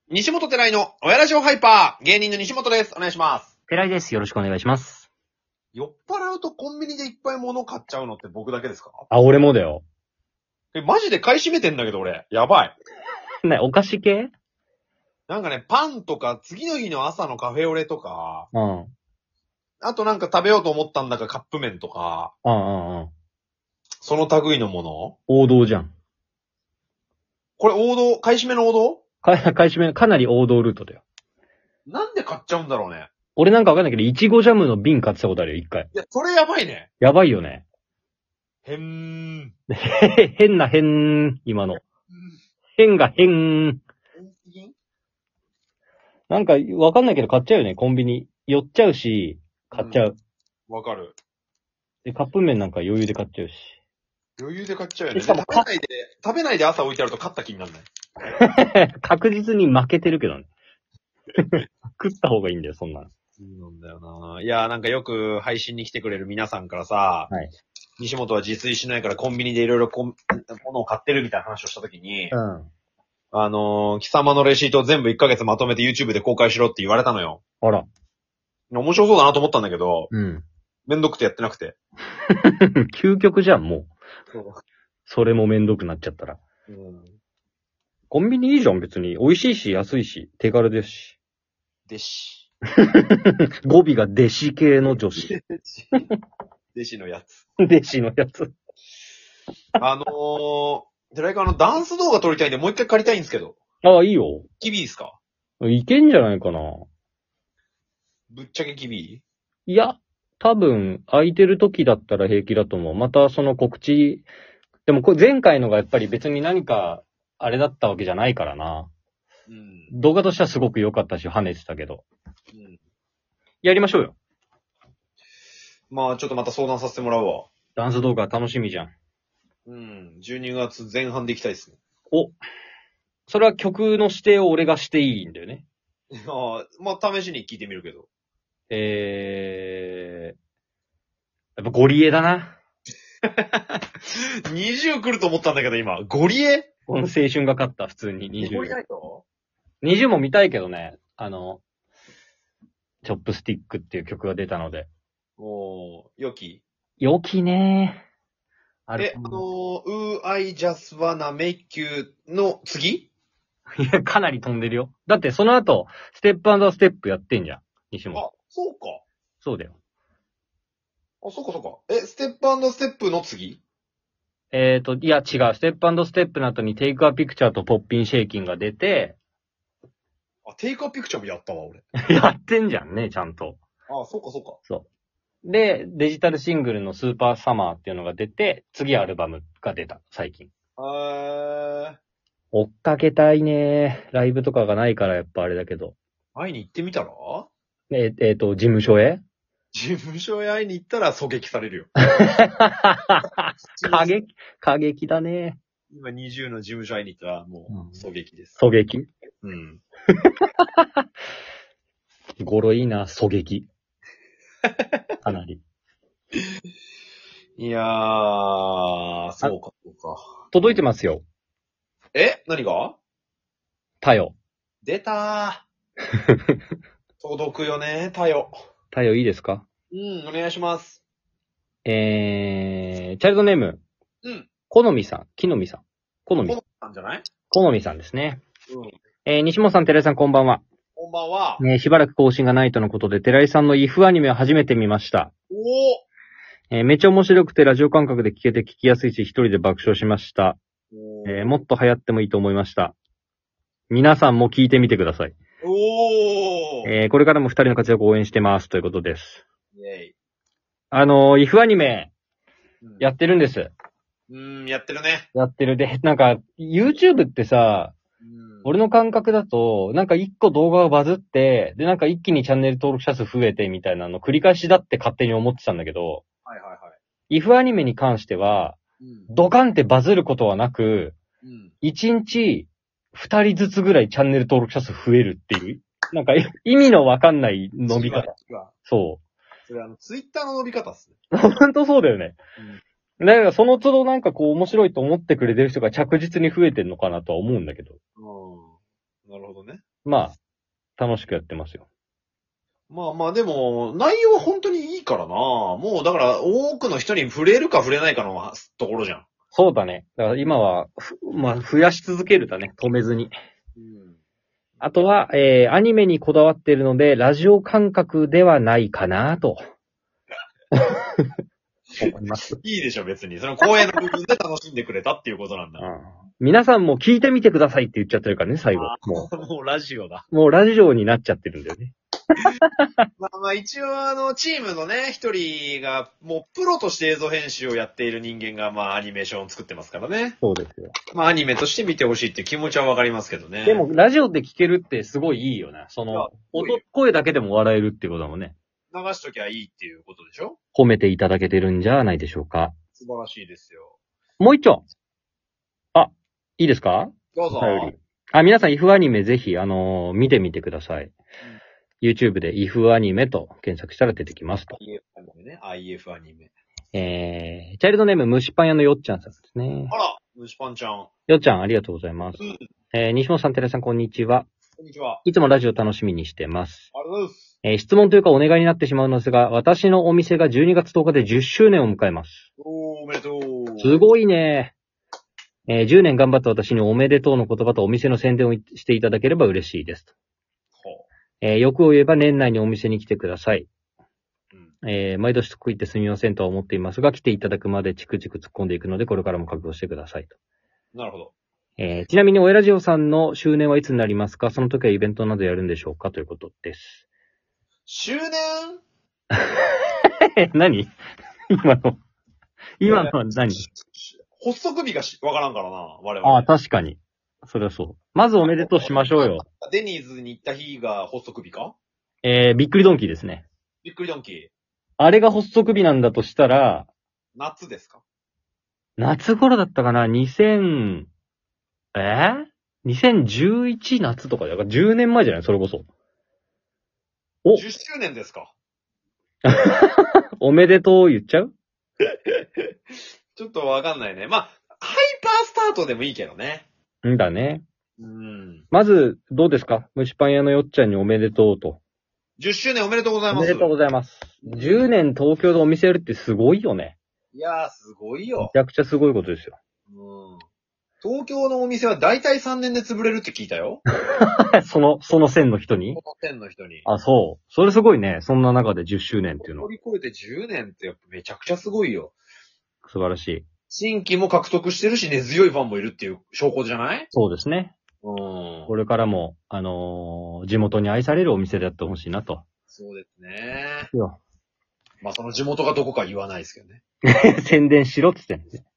西本寺井の親ラジオハイパー、芸人の西本です。お願いします。 寺井です。よろしくお願いします。 酔っ払うとコンビニでいっぱい物買っちゃうのって僕だけですか？ あ、俺もだよ。 マジで買い占めてんだけど俺。やばい。 ね、お菓子系？ なんかね、パンとか、次の日の朝のカフェオレとか、 うん。 あとなんか食べようと思ったんだかカップ麺とか、 うん。 その類のもの。 王道じゃん。 これ王道、買い占めの王道？ 買い占め、かなり王道ルートだよ。 なんで買っちゃうんだろうね。 俺なんかわかんないけど、いちごジャムの瓶買ってたことあるよ、一回。 いや、それやばいね。 やばいよね。変な変、今の。変が変。なんかわかんないけど買っちゃうよね、コンビニ。寄っちゃうし、買っちゃう。 わかる。 で、カップ麺なんか余裕で買っちゃうし。 余裕で買っちゃうよね。 しかも食べないで朝置いてあると勝った気になるね。 確実に負けてるけどね。食った方がいいんだよ、そんなの。 そうなんだよな。いや、なんかよく配信に来てくれる皆さんからさ、 はい。 西本は自炊しないからコンビニでいろいろ物を買ってるみたいな話をしたときに、貴様のレシートを全部1ヶ月まとめて YouTube で公開しろって言われたのよ。 あら。 面白そうだなと思ったんだけど、 うん。 めんどくてやってなくて。 究極じゃん、もう。 そう。 それもめんどくなっちゃったら。コンビニいいじゃん、別に。美味しいし、安いし、手軽ですし。 弟子。 語尾が弟子系の女子。 弟子のやつ。 弟子のやつ。 寺井君ダンス動画撮りたいんでもう一回借りたいんですけど。 ああ、いいよ。 キビいいですか？ いけんじゃないかな。 ぶっちゃけキビいや、多分、空いてる時だったら平気だと思う。またその告知、でもこれ前回のがやっぱり別に何か、あれだったわけじゃないからな。 うん。 動画としてはすごく良かったし、跳ねてたけど。 うん。 やりましょうよ。 まあ、ちょっとまた相談させてもらうわ。 ダンス動画楽しみじゃん。 うん。12月前半で行きたいですね。 お。それは曲の指定を俺がしていいんだよね。 ああ、まあ、試しに聞いてみるけど。 やっぱゴリエだな。 20来ると思ったんだけど、今。ゴリエ？ この青春が勝った、普通にゴリ 20。 ないと 20も見たいけどね。チョップスティックっていう曲が出たので。 良き。 良きねー。 I just wanna make you の次？ いや、かなり飛んでるよ。だってその後、ステップ&ステップやってんじゃん。西本。 あ、そうか。 そうだよ。 あ、そうかそうか。ステップ&ステップの次？ いや、違う。ステップ&ステップの後にテイクアピクチャーとポッピンシェイキンが出て、 あ、テイクアピクチャーもやったわ、俺。 やってんじゃんね、ちゃんと。 あ、そうかそうか。 で、デジタルシングルのスーパーサマーっていうのが出て、次アルバムが出た、最近。追っかけたいね。ライブとかがないからやっぱあれだけど。 会いに行ってみたら？ 事務所へ事務所へ会いに行ったら狙撃されるよ。 過激だね。 今20の事務所会いに行ったらもう狙撃です。 狙撃うん。 語呂いいな、狙撃。かなり。 いやー、そうかそうか。 届いてますよ。 何が？ タヨ。 出たー。届くよね、タヨ。 タヨいいですか？ お願いします。 チャイルドネーム。好みさん。木のみさん。好みさんじゃない？ 好みさんですね。西本さん、寺井さん、こんばんは。 こんばんは。 しばらく更新がないとのことで、寺井さんのイフアニメを初めて見ました。めっちゃ面白くてラジオ感覚で聞けて聞きやすいし、一人で爆笑しました。もっと流行ってもいいと思いました。皆さんも聞いてみてください。これからも二人の活躍を応援してます。ということです。イフアニメ、やってるんです。 やってるね。 やってる。で、なんか、YouTube ってさ、俺の感覚だと、なんか一個動画がバズって、で、なんか一気にチャンネル登録者数増えてみたいなの繰り返しだって勝手に思ってたんだけど、イフアニメに関しては、ドカンってバズることはなく、1日2人ずつぐらいチャンネル登録者数増えるっていう、なんか意味のわかんない伸び方。そう。 それツイッターの伸び方っすね。ほんとそうだよね。だからその都度なんかこう面白いと思ってくれてる人が着実に増えてるのかなとは思うんだけど。 なるほどね。 まあ、楽しくやってますよ。 まあまあでも、内容は本当にいいからな。もうだから多くの人に触れるか触れないかのところじゃん。 そうだね。だから今は、まあ、増やし続けるだね。止めずに。 うん。 あとは、アニメにこだわっているので、ラジオ感覚ではないかなと。思います。 いいでしょ、別に。その声の部分で楽しんでくれたっていうことなんだ。 皆さんも聞いてみてくださいって言っちゃってるからね、最後。 もうラジオだ。 もうラジオになっちゃってるんだよね。 まあまあ一応チームのね、一人が、もうプロとして映像編集をやっている人間が、まあアニメーションを作ってますからね。 そうですよ。 まあアニメとして見てほしいっていう気持ちはわかりますけどね。 でも、ラジオで聞けるってすごいいいよね。声だけでも笑えるってことだもんね。 流しときゃいいっていうことでしょ？ 褒めていただけてるんじゃないでしょうか。 素晴らしいですよ。 もう一丁。あ、いいですか？ どうぞ。 皆さん、IF アニメぜひ、見てみてください。YouTube で IF アニメと検索したら出てきますと。 IF アニメね。IF アニメ。 チャイルドネーム、蒸しパン屋のよっちゃんさんですね。 あら、蒸しパンちゃん。 よっちゃん、ありがとうございます。西本さん、寺さん、こんにちは。 こんにちは。 いつもラジオ楽しみにしてます。 ありがとうございます。 質問というかお願いになってしまうのですが、私のお店が12月10日で10周年を迎えます。 おめでとう。 すごいね。10年頑張った私におめでとうの言葉とお店の宣伝をしていただければ嬉しいですと。欲を言えば年内にお店に来てください。毎年得意ってすみませんとは思っていますが、来ていただくまでチクチク突っ込んでいくので、これからも覚悟してくださいと。 なるほど。 ちなみに、おやラジオさんの周年はいつになりますか？その時はイベントなどやるんでしょうか？ということです。 周年何今のは何？ 発足日がわからんからな、我々。 ああ、確かに。それはそう。まずおめでとうしましょうよ。 デニーズに行った日が発足日か？ びっくりドンキーですね。 びっくりドンキー。 あれが発足日なんだとしたら、 夏ですか？ 夏頃だったかな？ 2011 夏とかだから10年前じゃない？それこそ。 お !10 周年ですか？ おめでとう言っちゃう？ ちょっとわかんないね。まあ、ハイパースタートでもいいけどね。 んだね。まず、どうですか？蒸しパン屋のよっちゃんにおめでとうと。 10周年おめでとうございます。 おめでとうございます。10年東京でお店やるってすごいよね。 いやー、すごいよ。 めちゃくちゃすごいことですよ。 東京のお店は大体3年で潰れるって聞いたよ。 その線の人に？ その線の人に。 あ、そう。それすごいね。そんな中で10周年っていうのは。 乗り越えて10年ってやっぱめちゃくちゃすごいよ。 素晴らしい。 新規も獲得してるし根強いファンもいるっていう証拠じゃない？ そうですね。これからも、地元に愛されるお店でやってほしいなと。 そうですね。 いや。 まあその地元がどこか言わないですけどね。 宣伝しろって言ってんね。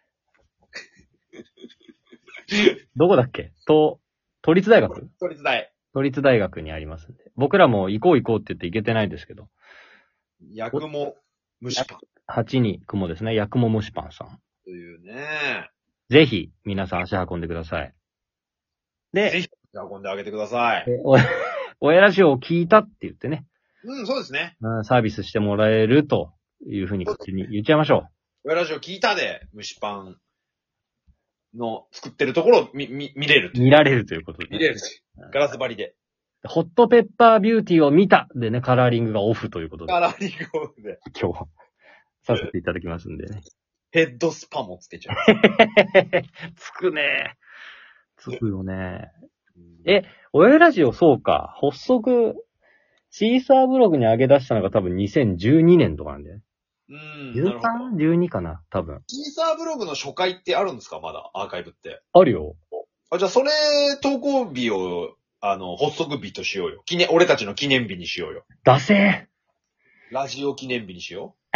どこだっけ？都立大学？ 都立大。 都立大学にありますんで。僕らも行こう行こうって言って行けてないんですけど。 八雲蒸しパン。 8に雲ですね。八雲蒸しパンさん。 というね。 ぜひ、皆さん足運んでください。で、 ぜひ、運んであげてください。 おやラジオを聞いたって言ってね。 そうですね。 サービスしてもらえるというふうに口に言っちゃいましょう。おやラジオ聞いたで、蒸しパンの作ってるところを見れる。 見られるということで、 見れる。ガラス張りで。 ホットペッパービューティーを見たでね、カラーリングがオフということで。 カラーリングオフで。 今日、させていただきますんでね。 ヘッドスパもつけちゃう。 つくね。つくよね。おやラジオそうか。発足、シーサーブログに上げ出したのが多分2012年とかなんだよね。13？ 12 かな多分。 シーサーブログの初回ってあるんですか？まだ、アーカイブって。 あるよ。 じゃあそれ、投稿日を、発足日としようよ。俺たちの記念日にしようよ。 だせーラジオ記念日にしよう。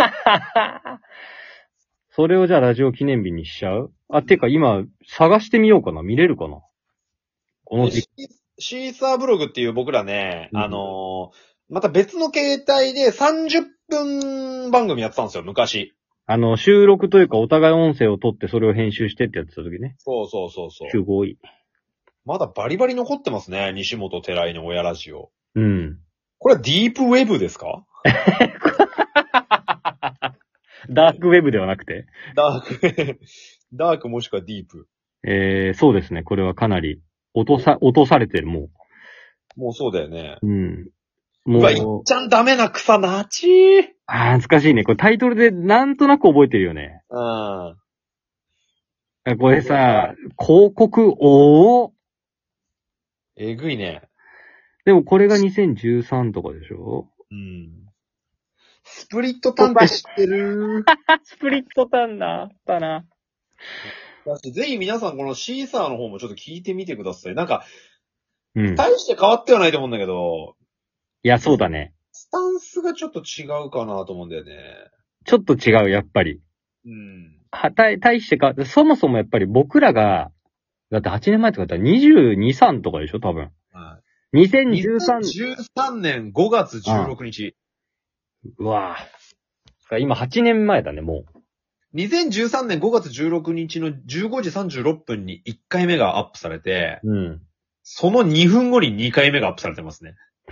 それをじゃあラジオ記念日にしちゃう？てか今、探してみようかな。見れるかな？この時期。 シーサーブログっていう僕らね、また別の携帯で30分番組やってたんですよ、昔。 収録というかお互い音声を取ってそれを編集してってやってた時ね。 そう。 すごい。 まだバリバリ残ってますね、西本寺井の親ラジオ。 これはディープウェブですか？ ダークウェブではなくてダークもしくはディープ。 そうですね。これはかなり落とされてる、もう。 もうそうだよね。 うん。 うわ、いっちゃんダメな草なちー。 懐かしいね。これタイトルでなんとなく覚えてるよね。 うん。 これさ、広告えぐいね。 でもこれが2013とかでしょ？ うん。スプリットタンって知ってる？ スプリットタンだったな。 ぜひ皆さんこのシーサーの方もちょっと聞いてみてください。なんか、 うん。 大して変わってはないと思うんだけど、 いや、そうだね。 スタンスがちょっと違うかなと思うんだよね。 ちょっと違う、やっぱり。 うん。 大してか、そもそもやっぱり僕らが、だって8年前とかだったら22、3とかでしょ多分。 はい。 2013。 2013年5月16日。 うわぁ。今8年前だね、もう。 2013年5月16日の15時36分に1回目がアップされて、 うん。 その2分後に2回目がアップされてますね。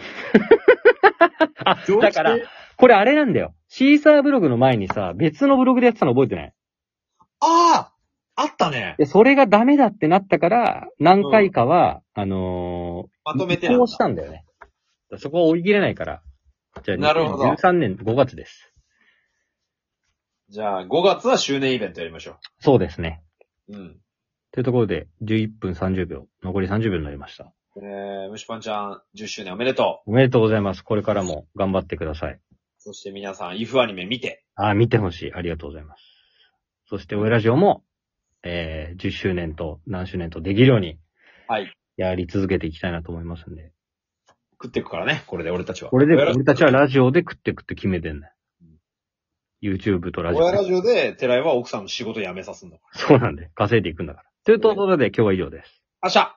あ、だから、これあれなんだよ。シーサーブログの前にさ、別のブログでやってたの覚えてない？ ああったね。 で、それがダメだってなったから、何回かは、 まとめて移行したんだよね。そこは追い切れないから。じゃあ、 なるほど。 2013年5月です。 じゃあ、5月は周年イベントやりましょう。 そうですね。 うん。 というところで、11分30秒。残り30秒になりました。 虫パンちゃん、10周年おめでとう。おめでとうございます。これからも頑張ってください。 そして皆さん、イフアニメ見て。 見てほしい。ありがとうございます。そして、オエラジオも、10周年と何周年とできるように、 はい。 やり続けていきたいなと思いますんで。 食っていくからね、これで俺たちは。 これで俺たちはラジオで食っていくって決めてんだよ。YouTube とラジオ。 親ラジオで、寺井は奥さんの仕事辞めさすんだから。そうなんで、稼いでいくんだから。というところで今日は以上です。 明日